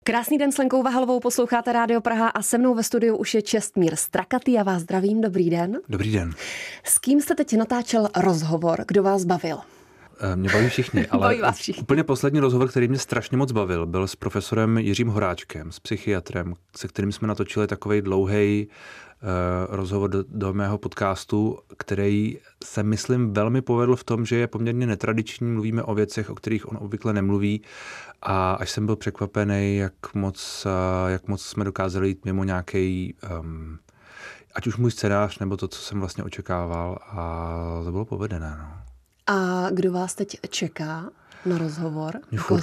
Krásný den s Lenkou Vahalovou, posloucháte Rádio Praha a se mnou ve studiu už je Čestmír Strakatý. Já vás zdravím, dobrý den. Dobrý den. S kým jste teď natáčel rozhovor, kdo vás bavil? Mě baví všichni, ale všichni. Úplně poslední rozhovor, který mě strašně moc bavil, byl s profesorem Jiřím Horáčkem, s psychiatrem, se kterým jsme natočili takovej dlouhý rozhovor do mého podcastu, který se, myslím, velmi povedl v tom, že je poměrně netradiční, mluvíme o věcech, o kterých on obvykle nemluví, a až jsem byl překvapený, jak moc jsme dokázali jít mimo nějaký, ať už můj scénář, nebo to, co jsem vlastně očekával, a to bylo povedené. No. A kdo vás teď čeká na rozhovor?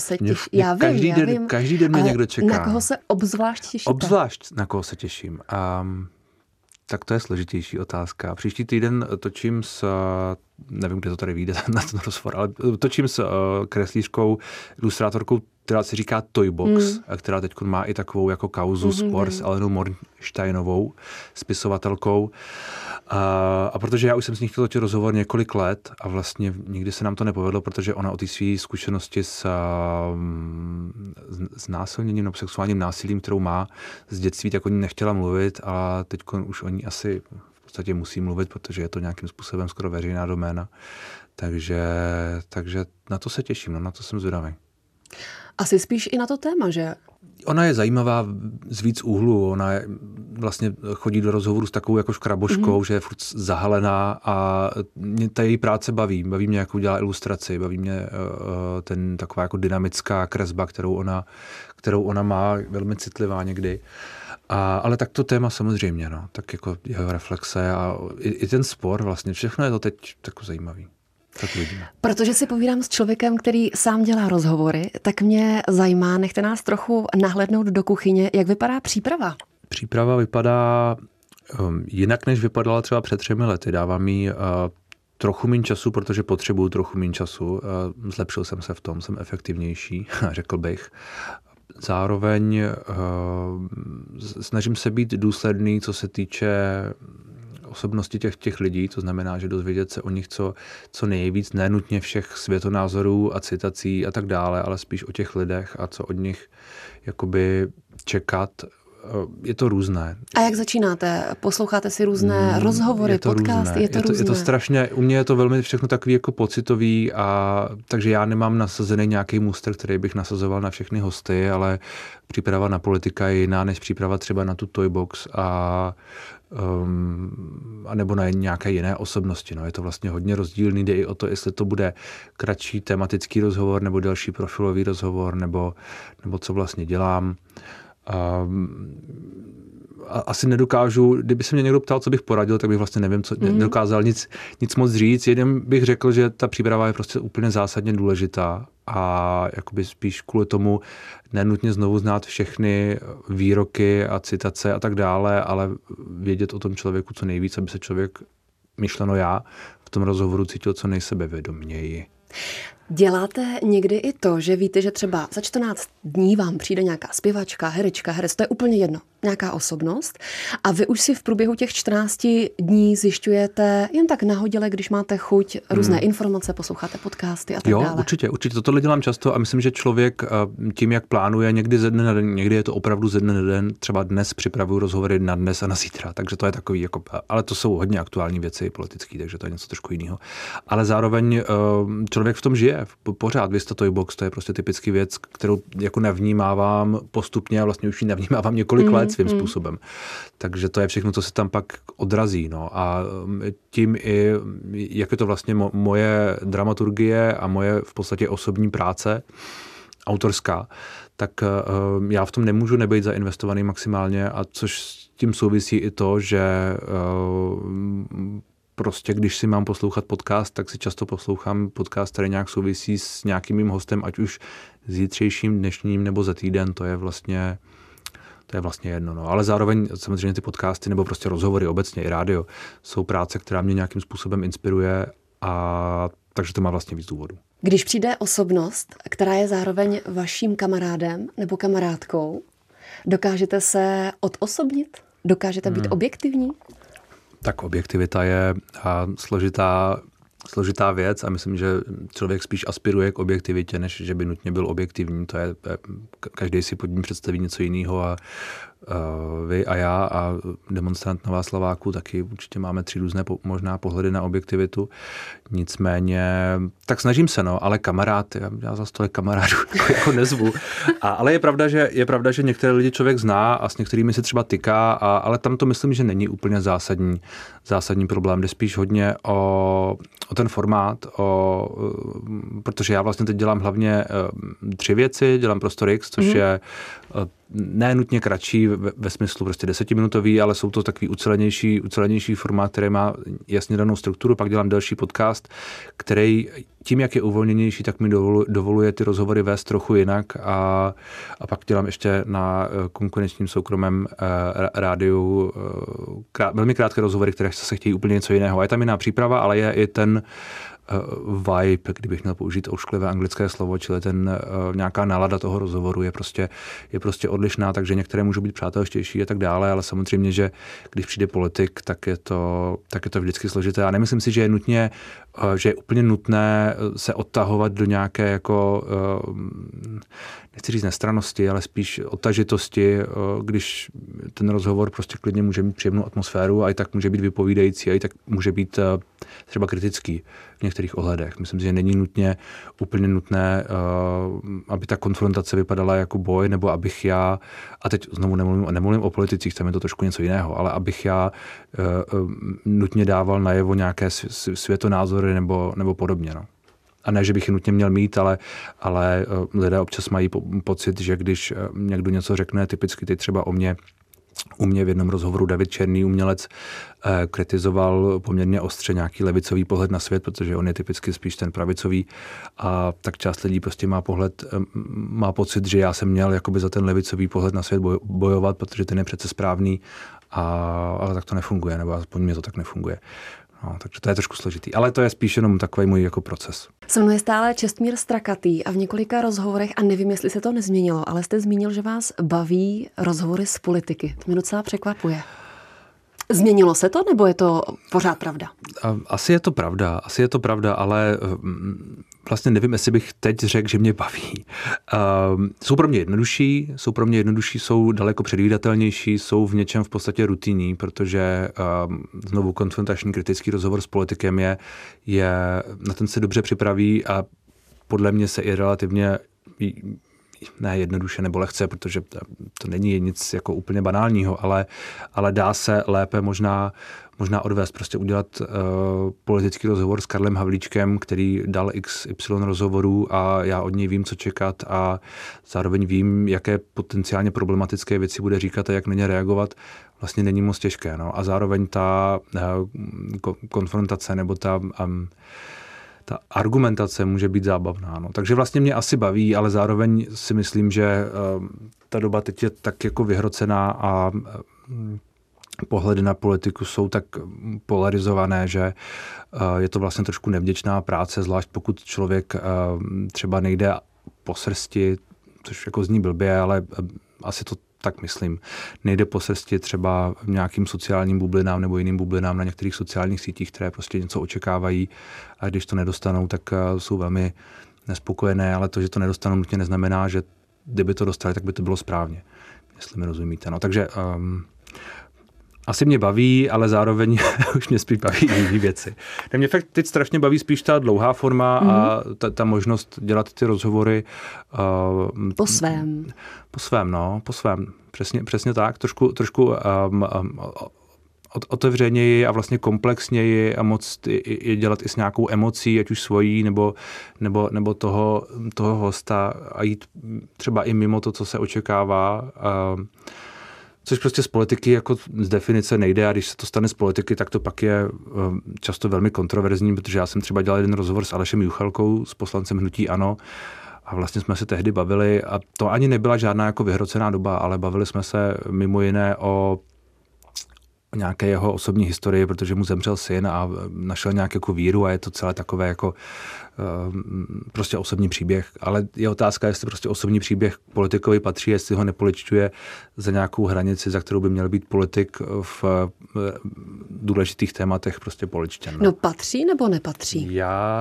Každý den mě někdo čeká. Na koho se obzvlášť těšíte? Obzvlášť na koho se těším. Tak to je složitější otázka. Příští týden točím nevím, kde to tady vyjde na ten rozhovor, ale točím s kreslířkou, ilustrátorkou, která se říká Toybox, která teď má i takovou jako kauzu spor s Alenou Mornsteinovou, spisovatelkou. A protože já už jsem s ní chtěl točit rozhovor několik let a vlastně nikdy se nám to nepovedlo, protože ona o té své zkušenosti s násilněním nebo sexuálním násilím, kterou má z dětství, tak o ní nechtěla mluvit, a teď už o ní asi v podstatě musí mluvit, protože je to nějakým způsobem skoro veřejná doména. Takže na to se těším, na to jsem zvědavý. Asi spíš i na to téma, že? Ona je zajímavá z víc úhlů. Ona vlastně chodí do rozhovoru s takovou jako škraboškou, že je furt zahalená, a mě ta její práce baví. Baví mě, jak udělá ilustraci, baví mě taková jako dynamická kresba, kterou ona má, velmi citlivá někdy. Ale tak to téma samozřejmě, tak jako jeho reflexe a i ten spor vlastně, všechno je to teď tako zajímavý. Tak uvidíme. Protože si povídám s člověkem, který sám dělá rozhovory, tak mě zajímá, nechte nás trochu nahlédnout do kuchyně, jak vypadá příprava. Příprava vypadá jinak, než vypadala třeba před 3 lety. Dávám jí trochu méně času, protože potřebuju trochu méně času. Zlepšil jsem se v tom, jsem efektivnější, řekl bych. Zároveň snažím se být důsledný, co se týče osobnosti těch lidí, to znamená, že dozvědět se o nich co nejvíc, ne nutně všech světonázorů a citací a tak dále, ale spíš o těch lidech a co od nich jakoby čekat. Je to různé. A jak začínáte? Posloucháte si různé rozhovory, podcasty? Je to různé? Je to strašně, u mě je to velmi všechno takový jako pocitový, takže já nemám nasazený nějaký muster, který bych nasazoval na všechny hosty, ale příprava na politika je jiná než příprava třeba na tu Toybox a nebo na nějaké jiné osobnosti. Je to vlastně hodně rozdílný, jde i o to, jestli to bude kratší tematický rozhovor nebo delší profilový rozhovor, nebo co vlastně dělám. Asi nedokážu, kdyby se mě někdo ptal, co bych poradil, tak bych vlastně nedokázal nic moc říct. Jeden bych řekl, že ta příprava je prostě úplně zásadně důležitá a jakoby spíš kvůli tomu nenutně znovu znát všechny výroky a citace a tak dále, ale vědět o tom člověku co nejvíc, aby se člověk, myšleno já, v tom rozhovoru cítil co nejsebevědoměji. Děláte někdy i to, že víte, že třeba za 14 dní vám přijde nějaká zpěvačka, herečka, herec, to je úplně jedno, nějaká osobnost, a vy už si v průběhu těch 14 dní zjišťujete jen tak nahodile, když máte chuť, různé informace, posloucháte podcasty a tak dále. Jo, určitě. Toto dělám často a myslím, že člověk tím, jak plánuje, někdy ze dne na den, někdy je to opravdu ze dne na den, třeba dnes připravuju rozhovory na dnes a na zítra, takže to je takový, jako, ale to jsou hodně aktuální věci politické, takže to je něco trošku jiného. Ale zároveň člověk v tom žije. Pořád Vista Toybox, to je prostě typický věc, kterou jako navnímávám postupně a vlastně už ji navnímávám několik let svým způsobem. Takže to je všechno, co se tam pak odrazí. A tím i, jak je to vlastně moje dramaturgie a moje v podstatě osobní práce, autorská, tak já v tom nemůžu nebejt zainvestovaný maximálně, a což s tím souvisí i to, že prostě když si mám poslouchat podcast, tak si často poslouchám podcast, který nějak souvisí s nějakým mým hostem, ať už zítřejším, dnešním nebo za týden, to je vlastně jedno. Ale zároveň samozřejmě ty podcasty nebo prostě rozhovory obecně i rádio jsou práce, která mě nějakým způsobem inspiruje, a takže to má vlastně víc důvodů. Když přijde osobnost, která je zároveň vaším kamarádem nebo kamarádkou, dokážete se odosobnit? Dokážete být objektivní? Tak objektivita je složitá složitá věc a myslím, že člověk spíš aspiruje k objektivitě, než že by nutně byl objektivní. To je, každý si pod ním představí něco jiného a vy a já a demonstrant na Václaváku taky určitě máme 3 různé možná pohledy na objektivitu. Nicméně, tak snažím se, no, ale kamarád, já za tolik kamarádů jako nezvu. Ale je pravda, že některé lidi člověk zná a s některými si třeba tyká, ale tam to myslím, že není úplně zásadní problém. Jde spíš hodně o ten formát, protože já vlastně teď dělám hlavně 3 věci, dělám Prostor X, což je ne nutně kratší ve smyslu prostě 10minutový, ale jsou to takový ucelenější formát, který má jasně danou strukturu. Pak dělám další podcast, který tím, jak je uvolněnější, tak mi dovoluje ty rozhovory vést trochu jinak a pak dělám ještě na konkurenčním soukromém rádiu velmi krátké rozhovory, které se chtějí úplně něco jiného. A je tam jiná příprava, ale je i ten vibe, kdybych měl použít ošklivé anglické slovo, čili nějaká nálada toho rozhovoru je prostě odlišná, takže některé můžou být přátelštější a tak dále, ale samozřejmě, že když přijde politik, tak je to vždycky složité. A nemyslím si, že je úplně nutné se odtahovat do nějaké jako nechci říct nestrannosti, ale spíš odtažitosti, když ten rozhovor prostě klidně může mít příjemnou atmosféru a i tak může být vypovídající a i tak může být třeba kritický v některých ohledech. Myslím si, že není úplně nutné, aby ta konfrontace vypadala jako boj, nebo abych já, a teď znovu nemluvím o politicích, tam je to trošku něco jiného, ale abych já nutně dával najevo nějaké světonázory nebo podobně. No. A ne, že bych je nutně měl mít, ale lidé občas mají pocit, že když někdo něco řekne, typicky teď třeba u mě v jednom rozhovoru David Černý, umělec, kritizoval poměrně ostře nějaký levicový pohled na svět, protože on je typicky spíš ten pravicový a tak část lidí prostě má pocit, že já jsem měl jakoby za ten levicový pohled na svět bojovat, protože ten je přece správný, ale tak to nefunguje, nebo aspoň mě to tak nefunguje. No, takže to je trošku složitý, ale to je spíš jenom takový můj jako proces. Se mnou je stále Čestmír Strakatý a v několika rozhovorech, a nevím, jestli se to nezměnilo, ale jste zmínil, že vás baví rozhovory s politiky. To mě docela překvapuje. Změnilo se to, nebo je to pořád pravda? Asi je to pravda, ale vlastně nevím, jestli bych teď řekl, že mě baví. Jsou pro mě jednodušší, jsou daleko předvídatelnější, jsou v něčem v podstatě rutinní, protože znovu konfrontační kritický rozhovor s politikem je na ten se dobře připraví a podle mě se i relativně ne jednoduše nebo lehce, protože to není nic jako úplně banálního, ale dá se lépe možná odvést, prostě udělat politický rozhovor s Karlem Havlíčkem, který dal XY rozhovorů a já od něj vím, co čekat a zároveň vím, jaké potenciálně problematické věci bude říkat a jak na ně reagovat. Vlastně není moc těžké. No. A zároveň ta konfrontace nebo ta argumentace může být zábavná. No. Takže vlastně mě asi baví, ale zároveň si myslím, že ta doba teď je tak jako vyhrocená a pohledy na politiku jsou tak polarizované, že je to vlastně trošku nevděčná práce, zvlášť pokud člověk třeba nejde po srsti, což jako zní blbě, ale asi to tak myslím. Nejde po srsti třeba nějakým sociálním bublinám nebo jiným bublinám na některých sociálních sítích, které prostě něco očekávají a když to nedostanou, tak jsou velmi nespokojené, ale to, že to nedostanou, nutně neznamená, že kdyby to dostali, tak by to bylo správně, jestli mi rozumíte. No, takže asi mě baví, ale zároveň už mě spíš baví jiné věci. Mě fakt teď strašně baví spíš ta dlouhá forma a ta možnost dělat ty rozhovory po svém. Po svém. Přesně tak. Trošku otevřeněji a vlastně komplexněji a moc je dělat i s nějakou emocí, ať už svojí nebo toho hosta a jít třeba i mimo to, co se očekává. Což prostě z politiky jako z definice nejde a když se to stane z politiky, tak to pak je často velmi kontroverzní, protože já jsem třeba dělal jeden rozhovor s Alešem Juchelkou, s poslancem hnutí ANO a vlastně jsme se tehdy bavili a to ani nebyla žádná jako vyhrocená doba, ale bavili jsme se mimo jiné o nějaké jeho osobní historii, protože mu zemřel syn a našel nějakou víru a je to celé takové jako prostě osobní příběh. Ale je otázka, jestli prostě osobní příběh politikovi patří, jestli ho nepoličťuje za nějakou hranici, za kterou by měl být politik v důležitých tématech prostě poličtěn. No patří nebo nepatří?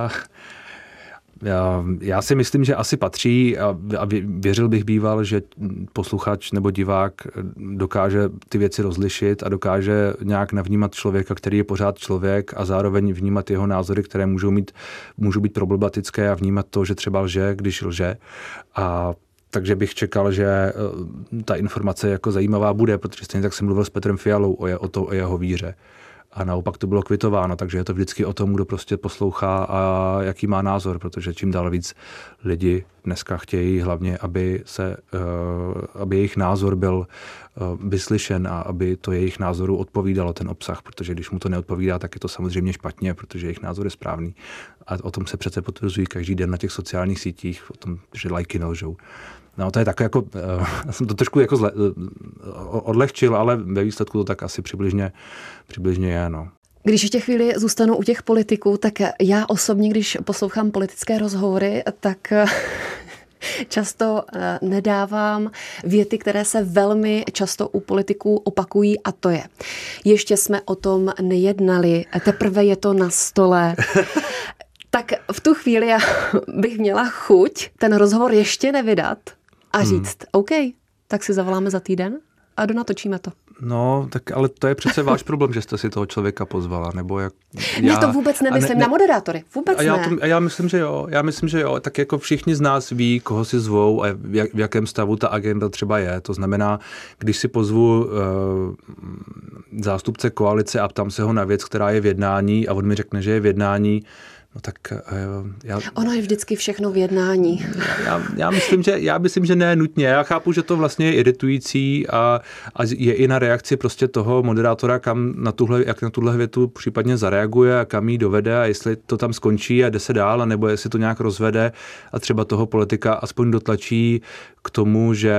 Já si myslím, že asi patří a věřil bych býval, že posluchač nebo divák dokáže ty věci rozlišit a dokáže nějak navnímat člověka, který je pořád člověk a zároveň vnímat jeho názory, které můžou být problematické a vnímat to, že třeba lže, když lže. Takže bych čekal, že ta informace jako zajímavá bude, protože stejně tak jsem mluvil s Petrem Fialou o jeho víře. A naopak to bylo kvitováno, takže je to vždycky o tom, kdo prostě poslouchá a jaký má názor, protože čím dál víc lidi dneska chtějí hlavně, aby jejich názor byl vyslyšen a aby to jejich názoru odpovídalo ten obsah, protože když mu to neodpovídá, tak je to samozřejmě špatně, protože jejich názor je správný. A o tom se přece potvrzují každý den na těch sociálních sítích, o tom, že lajky nelžou. No to je tak jako, já jsem to trošku jako odlehčil, ale ve výsledku to tak asi přibližně je, no. Když ještě chvíli zůstanu u těch politiků, tak já osobně, když poslouchám politické rozhovory, tak často nedávám věty, které se velmi často u politiků opakují, a to je: ještě jsme o tom nejednali, teprve je to na stole. Tak v tu chvíli já bych měla chuť ten rozhovor ještě nevydat a říct, OK, tak si zavoláme za týden a donatočíme to. No, tak ale to je přece váš problém, že jste si toho člověka pozvala, nebo jak... Já to vůbec nemyslím, na moderátory, vůbec ne. Já myslím, že jo, tak jako všichni z nás ví, koho si zvou a v jakém stavu ta agenda třeba je. To znamená, když si pozvu zástupce koalice a ptám se ho na věc, která je v jednání a on mi řekne, že je v jednání, no tak ono je vždycky všechno v jednání. Já myslím, že ne nutně. Já chápu, že to vlastně je iritující a je i na reakci prostě toho moderátora, jak na tuhle větu případně zareaguje a kam jí dovede a jestli to tam skončí a jde se dál, nebo jestli to nějak rozvede a třeba toho politika aspoň dotlačí k tomu, že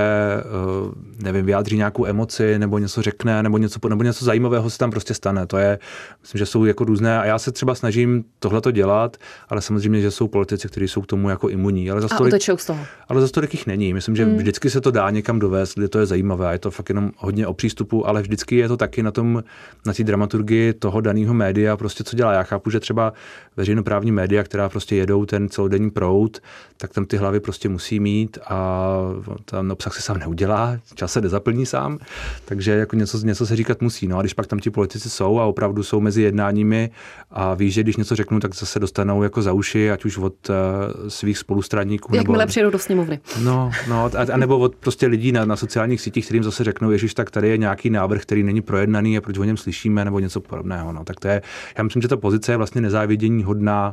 nevím, vyjádří nějakou emoci nebo něco řekne, nebo něco zajímavého se tam prostě stane. To je, myslím, že jsou jako různé a já se třeba snažím tohleto dělat, ale samozřejmě, že jsou politici, kteří jsou k tomu jako imunní. Ale utečou z toho. Ale zase tolik jich není. Myslím, že vždycky se to dá někam dovést, kde to je zajímavé a je to fakt jenom hodně o přístupu, ale vždycky je to taky na té dramaturgii toho daného média, prostě co dělá. Já chápu, že třeba veřejnoprávní média, která prostě jedou ten celodenní proud, tak tam ty hlavy prostě musí mít a ten obsah se sám neudělá, čas se nezaplní sám, takže jako něco se říkat musí. No a když pak tam ti politici jsou a opravdu jsou mezi jednáními a ví, že když něco řeknou, tak zase dostanou jako za uši, ať už od svých spolustraníků. Jakmile přijedou do sněmovny. No a nebo od prostě lidí na sociálních sítích, kterým zase řeknou, ježiš, tak tady je nějaký návrh, který není projednaný a proč o něm slyšíme, nebo něco podobného. No, tak to je, já myslím, že ta pozice je vlastně nezávidění hodná,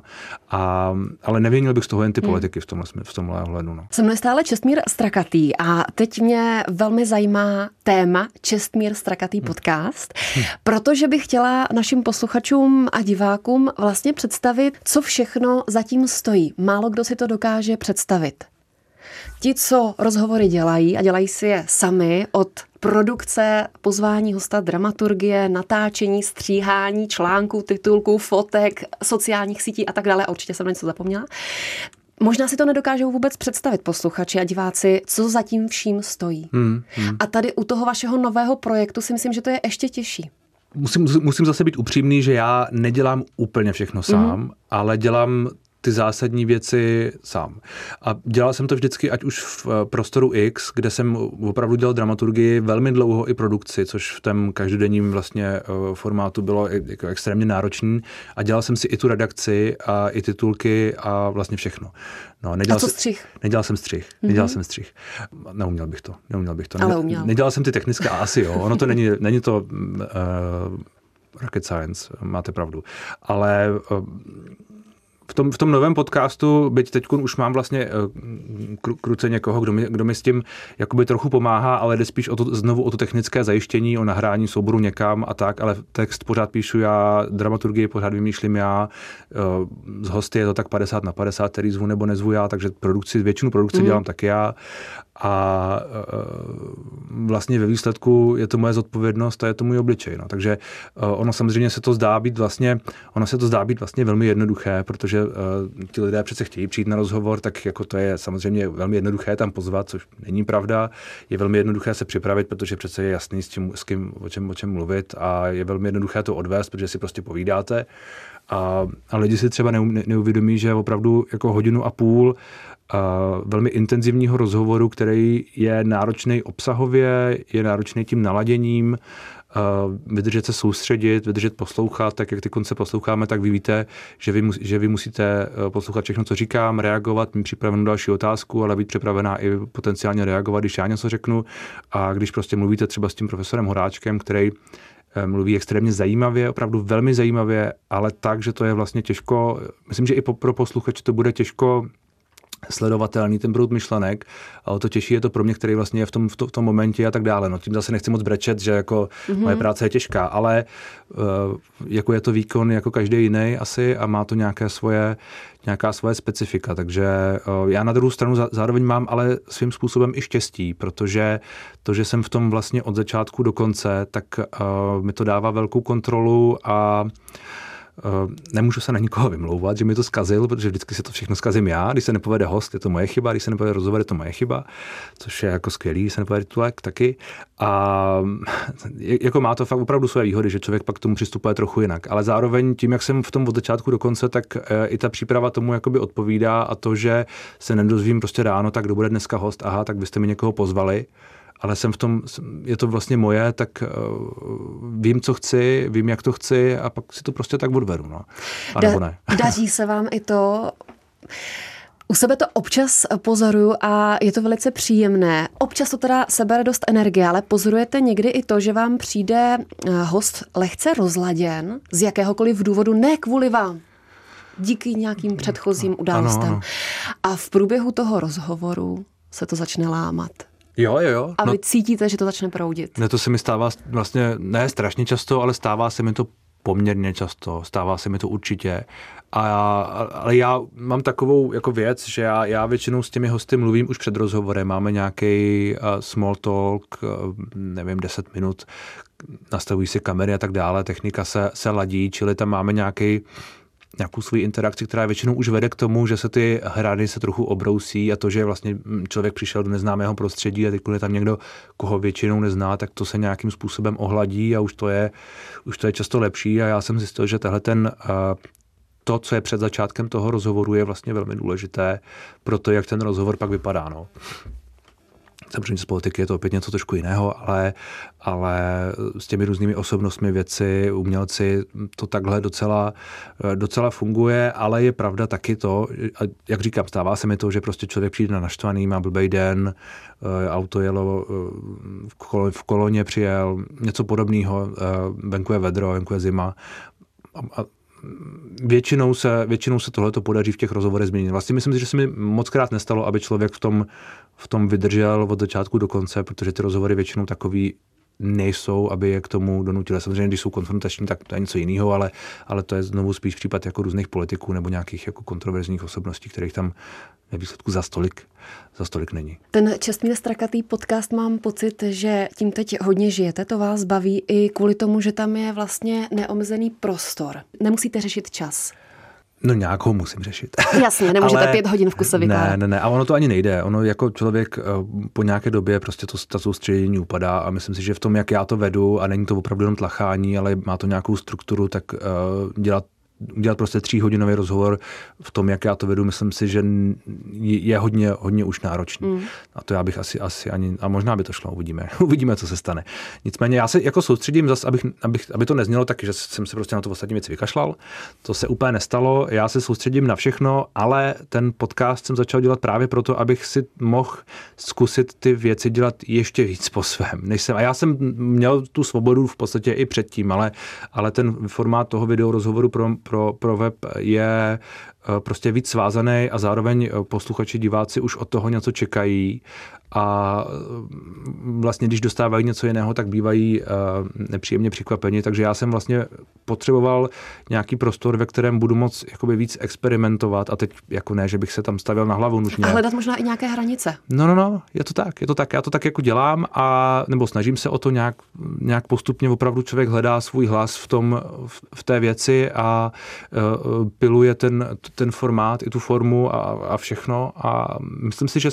ale nevinil bych z toho jen ty politiky v tomhle ohledu. No. Se mnou stále Čestmír Strakatý a teď mě velmi zajímá téma Čestmír Strakatý podcast, protože bych chtěla našim posluchačům a divákům vlastně představit, co všechno zatím stojí. Málo kdo si to dokáže představit. Ti, co rozhovory dělají a dělají si je sami, od produkce, pozvání hosta, dramaturgie, natáčení, stříhání, článků, titulků, fotek, sociálních sítí a tak dále, a určitě jsem něco zapomněla. Možná si to nedokážou vůbec představit posluchači a diváci, co za tím vším stojí. A tady u toho vašeho nového projektu si myslím, že to je ještě těžší. Musím zase být upřímný, že já nedělám úplně všechno sám, ale dělám ty zásadní věci sám. A dělal jsem to vždycky, ať už v Prostoru X, kde jsem opravdu dělal dramaturgii velmi dlouho i produkci, což v tom každodenním vlastně formátu bylo jako extrémně náročný. A dělal jsem si i tu redakci a i titulky a vlastně všechno. No, a co střih? Nedělal jsem střih. Neuměl bych to. Ale uměl. Nedělal jsem ty technické, asi jo. Ono to není to rocket science, máte pravdu. Ale v tom novém podcastu, byť teď už mám vlastně k ruce někoho, kdo mi s tím jakoby trochu pomáhá, ale jde spíš znovu o to technické zajištění, o nahrání souboru někam a tak, ale text pořád píšu já, dramaturgii pořád vymýšlím já, z hosty je to tak 50/50, který zvu nebo nezvu já, takže většinu produkce dělám taky já. a vlastně ve výsledku je to moje zodpovědnost a je to můj obličej. No. Takže ono samozřejmě se to zdá být vlastně velmi jednoduché, protože ti lidé přece chtějí přijít na rozhovor, tak jako to je samozřejmě velmi jednoduché tam pozvat, což není pravda. Je velmi jednoduché se připravit, protože přece je jasný, o čem mluvit a je velmi jednoduché to odvést, protože si prostě povídáte. A lidi si třeba neuvědomí, že opravdu jako 1,5 hodiny velmi intenzivního rozhovoru, který je náročný obsahově, je náročný tím naladěním, vydržet se soustředit, vydržet poslouchat, tak jak ty konce posloucháme, tak vy víte, že vy musíte poslouchat všechno, co říkám, reagovat, mít připravenou další otázku, ale být připravená i potenciálně reagovat, když já něco řeknu. A když prostě mluvíte třeba s tím profesorem Horáčkem, který mluví extrémně zajímavě, opravdu velmi zajímavě, ale tak, že to je vlastně těžko, myslím, že i pro posluchače to bude těžko sledovatelný ten proud myšlenek, a o to těžší je to pro mě, který vlastně je v tom momentě a tak dále. No tím zase nechci moc brečet, že jako moje práce je těžká, ale jako je to výkon jako každý jiný asi a má to nějaká svoje specifika, takže já na druhou stranu zároveň mám ale svým způsobem i štěstí, protože to, že jsem v tom vlastně od začátku do konce, tak mi to dává velkou kontrolu a nemůžu se na nikoho vymlouvat, že mi to zkazil, protože vždycky si to všechno zkazím já. Když se nepovede host, je to moje chyba, když se nepovede rozhovor, je to moje chyba, což je jako skvělý, když se nepovede titulek taky. A jako má to fakt opravdu své výhody, že člověk pak k tomu přistupuje trochu jinak. Ale zároveň tím, jak jsem v tom od začátku do konce, tak i ta příprava tomu jakoby odpovídá a to, že se nedozvím prostě ráno, tak kdo bude dneska host, aha, tak byste mi někoho pozvali. Ale jsem v tom, je to vlastně moje, tak vím, co chci, vím, jak to chci a pak si to prostě tak odvedu, no. A nebo ne. Daří se vám i to? U sebe to občas pozoruju a je to velice příjemné. Občas to teda sebere dost energie, ale pozorujete někdy i to, že vám přijde host lehce rozladěn z jakéhokoliv důvodu, ne kvůli vám, díky nějakým předchozím událostem. Ano. A v průběhu toho rozhovoru se to začne lámat. Jo. A vy cítíte, že to začne proudit. Ne, to se mi stává vlastně ne strašně často, ale stává se mi to poměrně často. Stává se mi to určitě. Ale já mám takovou jako věc, že já většinou s těmi hosty mluvím už před rozhovorem. Máme nějaký small talk, nevím, 10 minut, nastavují si kamery a tak dále, technika se ladí, čili tam máme nějakou svou interakci, která většinou už vede k tomu, že se ty hrany se trochu obrousí a to, že vlastně člověk přišel do neznámého prostředí a teď je tam někdo, koho většinou nezná, tak to se nějakým způsobem ohladí a už to je často lepší a já jsem zjistil, že to, co je před začátkem toho rozhovoru, je vlastně velmi důležité pro to, jak ten rozhovor pak vypadá. No. Samozřejmě z politiky je to opět něco trošku jiného, ale s těmi různými osobnostmi, věci, umělci, to takhle docela funguje, ale je pravda taky to, jak říkám, stává se mi to, že prostě člověk přijde na naštvaný, má blbej den, auto jelo, v koloně přijel, něco podobného, venku je vedro, venku je zima a většinou se tohleto podaří v těch rozhovorech změnit. Vlastně myslím si, že se mi mockrát nestalo, aby člověk v tom vydržel od začátku do konce, protože ty rozhovory většinou takový nejsou, aby je k tomu donutili. Samozřejmě, když jsou konfrontační, tak to je něco jiného, ale to je znovu spíš případ jako různých politiků nebo nějakých jako kontroverzních osobností, kterých tam ve výsledku za stolik není. Ten Čestmír Strakatý podcast, mám pocit, že tím teď hodně žijete, to vás baví i kvůli tomu, že tam je vlastně neomezený prostor. Nemusíte řešit čas. No nějak ho musím řešit. Jasně, nemůžete 5 hodin v kuse vykládat. Ne, a ono to ani nejde. Ono jako člověk po nějaké době prostě ta soustředění upadá a myslím si, že v tom, jak já to vedu, a není to opravdu jenom tlachání, ale má to nějakou strukturu, tak udělat prostě 3hodinový rozhovor v tom, jak já to vedu, myslím si, že je hodně už náročný. A to já bych asi ani, a možná by to šlo, uvidíme, co se stane. Nicméně já se jako soustředím zase, aby to neznělo tak, že jsem se prostě na to ostatní věci vykašlal. To se úplně nestalo, já se soustředím na všechno, ale ten podcast jsem začal dělat právě proto, abych si mohl zkusit ty věci dělat ještě víc po svém. A já jsem měl tu svobodu v podstatě i předtím, ale ten formát toho videorozhovoru pro web je prostě víc svázaný a zároveň posluchači, diváci už od toho něco čekají a vlastně, když dostávají něco jiného, tak bývají nepříjemně překvapeni, takže já jsem vlastně potřeboval nějaký prostor, ve kterém budu moc jakoby víc experimentovat a teď jako ne, že bych se tam stavil na hlavu nutně. A hledat možná i nějaké hranice. No, je to tak, já to tak jako dělám a nebo snažím se o to nějak postupně, opravdu člověk hledá svůj hlas v té věci a piluje ten formát i tu formu a všechno a myslím si, že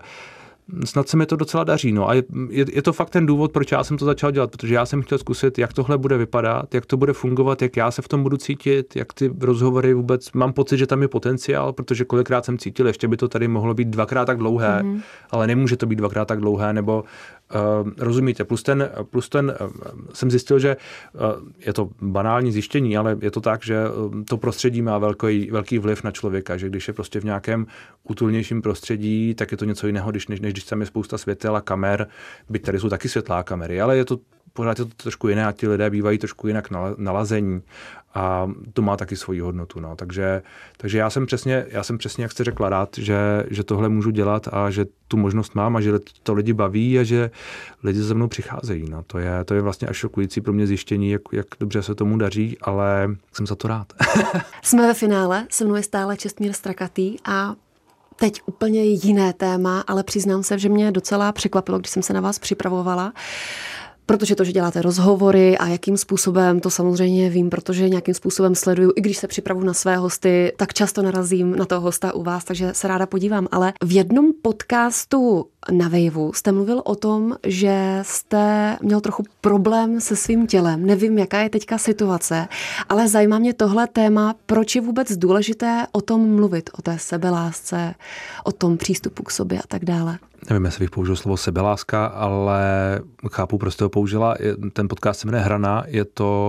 snad se mi to docela daří. No. A je to fakt ten důvod, proč já jsem to začal dělat, protože já jsem chtěl zkusit, jak tohle bude vypadat, jak to bude fungovat, jak já se v tom budu cítit, jak ty rozhovory vůbec, mám pocit, že tam je potenciál, protože kolikrát jsem cítil, ještě by to tady mohlo být 2x tak dlouhé, ale nemůže to být 2x tak dlouhé, nebo rozumíte, plus ten jsem zjistil, že je to banální zjištění, ale je to tak, že to prostředí má velký vliv na člověka, že když je prostě v nějakém útulnějším prostředí, tak je to něco jiného, než když tam je spousta světel a kamer, byť tady jsou taky světlá kamery, ale pořád je to trošku jiné a ti lidé bývají trošku jinak nalazení a to má taky svoji hodnotu. No. Takže já jsem přesně, jak jste řekla, rád, že tohle můžu dělat a že tu možnost mám a že to lidi baví a že lidi se mnou přicházejí. No. To je vlastně až šokující pro mě zjištění, jak dobře se tomu daří, ale jsem za to rád. Jsme ve finále, se mnou je stále Čestmír Strakatý a teď úplně jiné téma, ale přiznám se, že mě docela překvapilo, když jsem se na vás připravovala. Protože to, že děláte rozhovory a jakým způsobem, to samozřejmě vím, protože nějakým způsobem sleduju, i když se připravuju na své hosty, tak často narazím na toho hosta u vás, takže se ráda podívám. Ale v jednom podcastu na Waveu jste mluvil o tom, že jste měl trochu problém se svým tělem. Nevím, jaká je teďka situace, ale zajímá mě tohle téma, proč je vůbec důležité o tom mluvit, o té sebelásce, o tom přístupu k sobě a tak dále. Nevím, jestli bych použil slovo sebeláska, ale chápu, proč jste ho použila. Ten podcast se jmenuje Hrana, je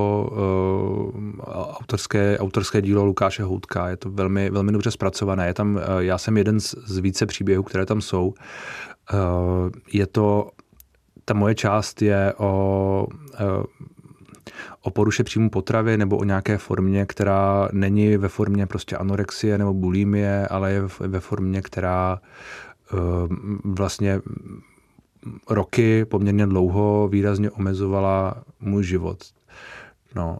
to autorské dílo Lukáše Houtka, je to velmi, velmi dobře zpracované. Já jsem jeden z více příběhů, které tam jsou. Ta moje část je o poruše příjmu potravy nebo o nějaké formě, která není ve formě prostě anorexie nebo bulimie, ale je ve formě, která vlastně roky poměrně dlouho výrazně omezovala můj život. No,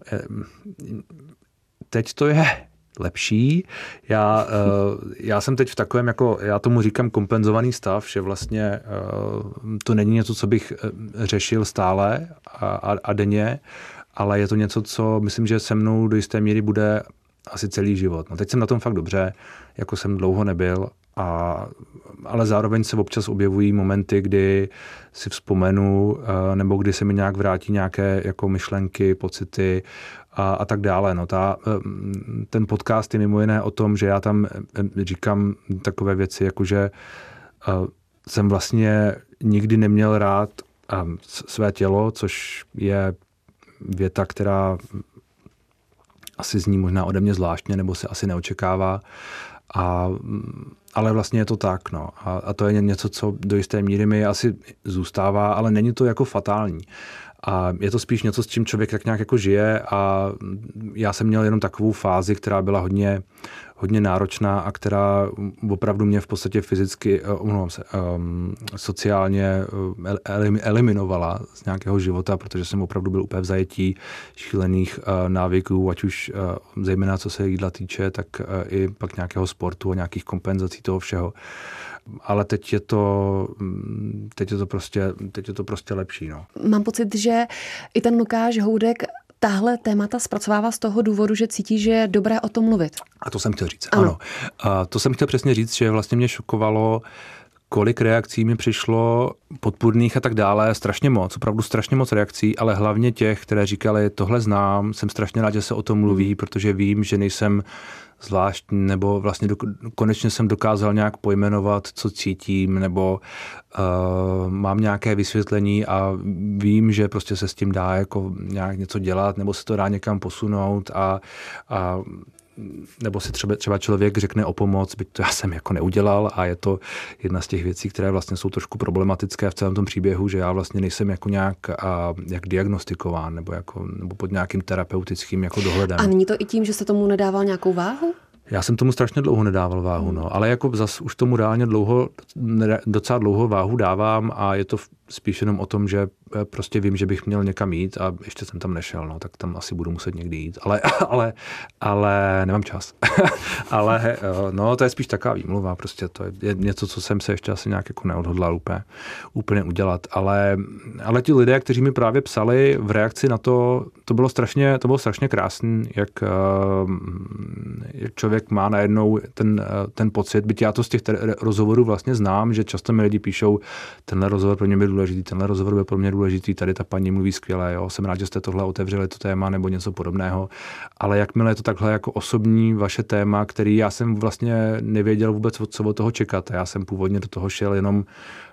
teď to je lepší. Já jsem teď v takovém, jako já tomu říkám kompenzovaný stav, že vlastně to není něco, co bych řešil stále a denně, ale je to něco, co myslím, že se mnou do jisté míry bude asi celý život. No, teď jsem na tom fakt dobře, jako jsem dlouho nebyl, ale zároveň se občas objevují momenty, kdy si vzpomenu, nebo kdy se mi nějak vrátí nějaké jako myšlenky, pocity a tak dále. No, ten podcast je mimo jiné o tom, že já tam říkám takové věci, jako že jsem vlastně nikdy neměl rád své tělo, což je věta, která asi zní možná ode mě zvláštně, nebo se asi neočekává. Ale vlastně je to tak, no. A to je něco, co do jisté míry mi asi zůstává, ale není to jako fatální. A je to spíš něco, s čím člověk tak nějak jako žije a já jsem měl jenom takovou fázi, která byla hodně náročná a která opravdu mě v podstatě fyzicky, sociálně eliminovala z nějakého života, protože jsem opravdu byl úplně v zajetí šílených návyků, ať už zejména co se jídla týče, tak i pak nějakého sportu a nějakých kompenzací toho všeho. Ale teď je to prostě lepší. No. Mám pocit, že i ten Lukáš Houdek tahle témata zpracovává z toho důvodu, že cítí, že je dobré o tom mluvit. A to jsem chtěl říct, ano. A to jsem chtěl přesně říct, že vlastně mě šokovalo, kolik reakcí mi přišlo, podpůrných a tak dále, strašně moc, opravdu strašně moc reakcí, ale hlavně těch, které říkali, tohle znám, jsem strašně rád, že se o tom mluví, protože vím, že nejsem zvláštní, nebo vlastně konečně jsem dokázal nějak pojmenovat, co cítím, nebo mám nějaké vysvětlení a vím, že prostě se s tím dá jako nějak něco dělat, nebo se to dá někam posunout a nebo si třeba člověk řekne o pomoc, byť to já jsem jako neudělal a je to jedna z těch věcí, které vlastně jsou trošku problematické v celém tom příběhu, že já vlastně nejsem jako nějak diagnostikován nebo pod nějakým terapeutickým jako dohledem. A není to i tím, že se tomu nedával nějakou váhu? Já jsem tomu strašně dlouho nedával váhu, no, ale jako zas už tomu reálně docela dlouho váhu dávám a je to spíš jenom o tom, že prostě vím, že bych měl někam jít a ještě jsem tam nešel, no, tak tam asi budu muset někdy jít, ale nemám čas. Ale no, to je spíš taková výmluva, prostě to je něco, co jsem se ještě asi nějak jako neodhodlal úplně udělat, ale ti lidé, kteří mi právě psali v reakci na to bylo strašně krásný, jak člověk má najednou ten pocit, byť já to z těch rozhovorů vlastně znám, že často mi lidi píšou, tenhle rozhovor pro mě byl důležitý, tenhle rozhovor byl pro mě důležitý, tady ta paní mluví skvěle, jo, jsem rád, že jste tohle otevřeli, to téma nebo něco podobného, ale jakmile je to takhle jako osobní vaše téma, který já jsem vlastně nevěděl vůbec, co od toho čekat, já jsem původně do toho šel jenom,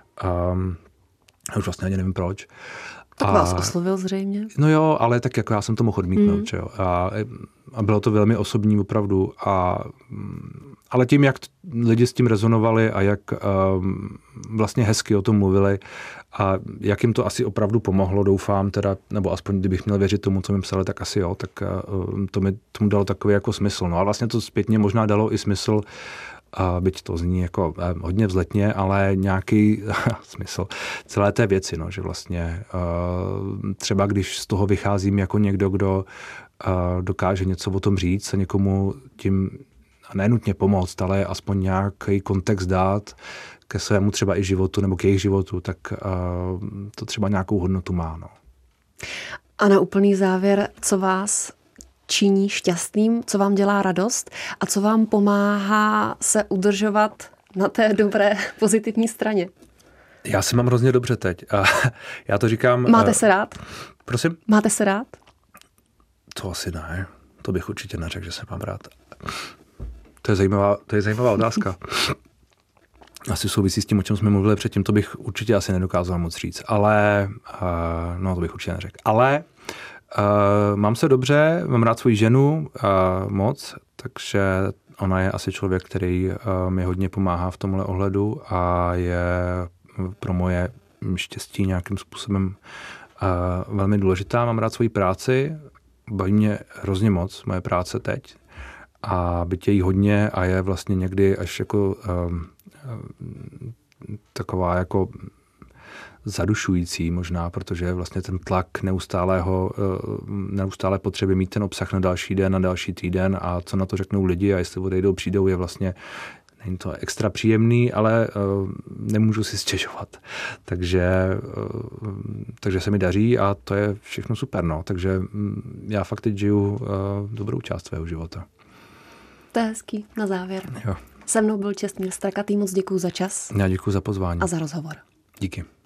už vlastně ani nevím proč. Tak vás oslovil zřejmě? No jo, ale tak jako já jsem to mohl odmítnout, jo. A bylo to velmi osobní opravdu. Ale tím, jak lidi s tím rezonovali a jak vlastně hezky o tom mluvili a jak jim to asi opravdu pomohlo, doufám teda, nebo aspoň kdybych měl věřit tomu, co mi psali, tak asi jo, tak tomu dalo takový jako smysl. No a vlastně to zpětně možná dalo i smysl, byť to zní jako hodně vzletně, ale nějaký smysl celé té věci, no, že vlastně třeba když z toho vycházím jako někdo, kdo dokáže něco o tom říct a někomu tím nenutně pomoct, ale aspoň nějaký kontext dát ke svému třeba i životu nebo k jejich životu, tak to třeba nějakou hodnotu má. No. A na úplný závěr, co vás činí šťastným, co vám dělá radost a co vám pomáhá se udržovat na té dobré pozitivní straně? Já si mám hrozně dobře teď. Já to říkám... Máte se rád? Prosím? Máte se rád? To asi ne. To bych určitě neřekl, že se mám rád. To je zajímavá otázka. Asi souvisí s tím, o čem jsme mluvili předtím, to bych určitě asi nedokázal moc říct. Ale, no to bych určitě neřekl. Ale mám se dobře, mám rád svoji ženu moc, takže ona je asi člověk, který mi hodně pomáhá v tomhle ohledu a je pro moje štěstí nějakým způsobem velmi důležitá. Mám rád svoji práci, baví mě hrozně moc moje práce teď a byť je jí hodně a je vlastně někdy až jako taková jako zadušující možná, protože vlastně ten tlak neustále potřeby mít ten obsah na další den, na další týden a co na to řeknou lidi a jestli odejdou, přijdou, je vlastně, není to extra příjemný, ale nemůžu si stěžovat. Takže se mi daří a to je všechno super, no. Takže já fakt teď žiju dobrou část svého života. To je hezký, na závěr. Jo. Se mnou byl Čestmír Strakatý, moc děkuju za čas. Já děkuju za pozvání. A za rozhovor. Díky.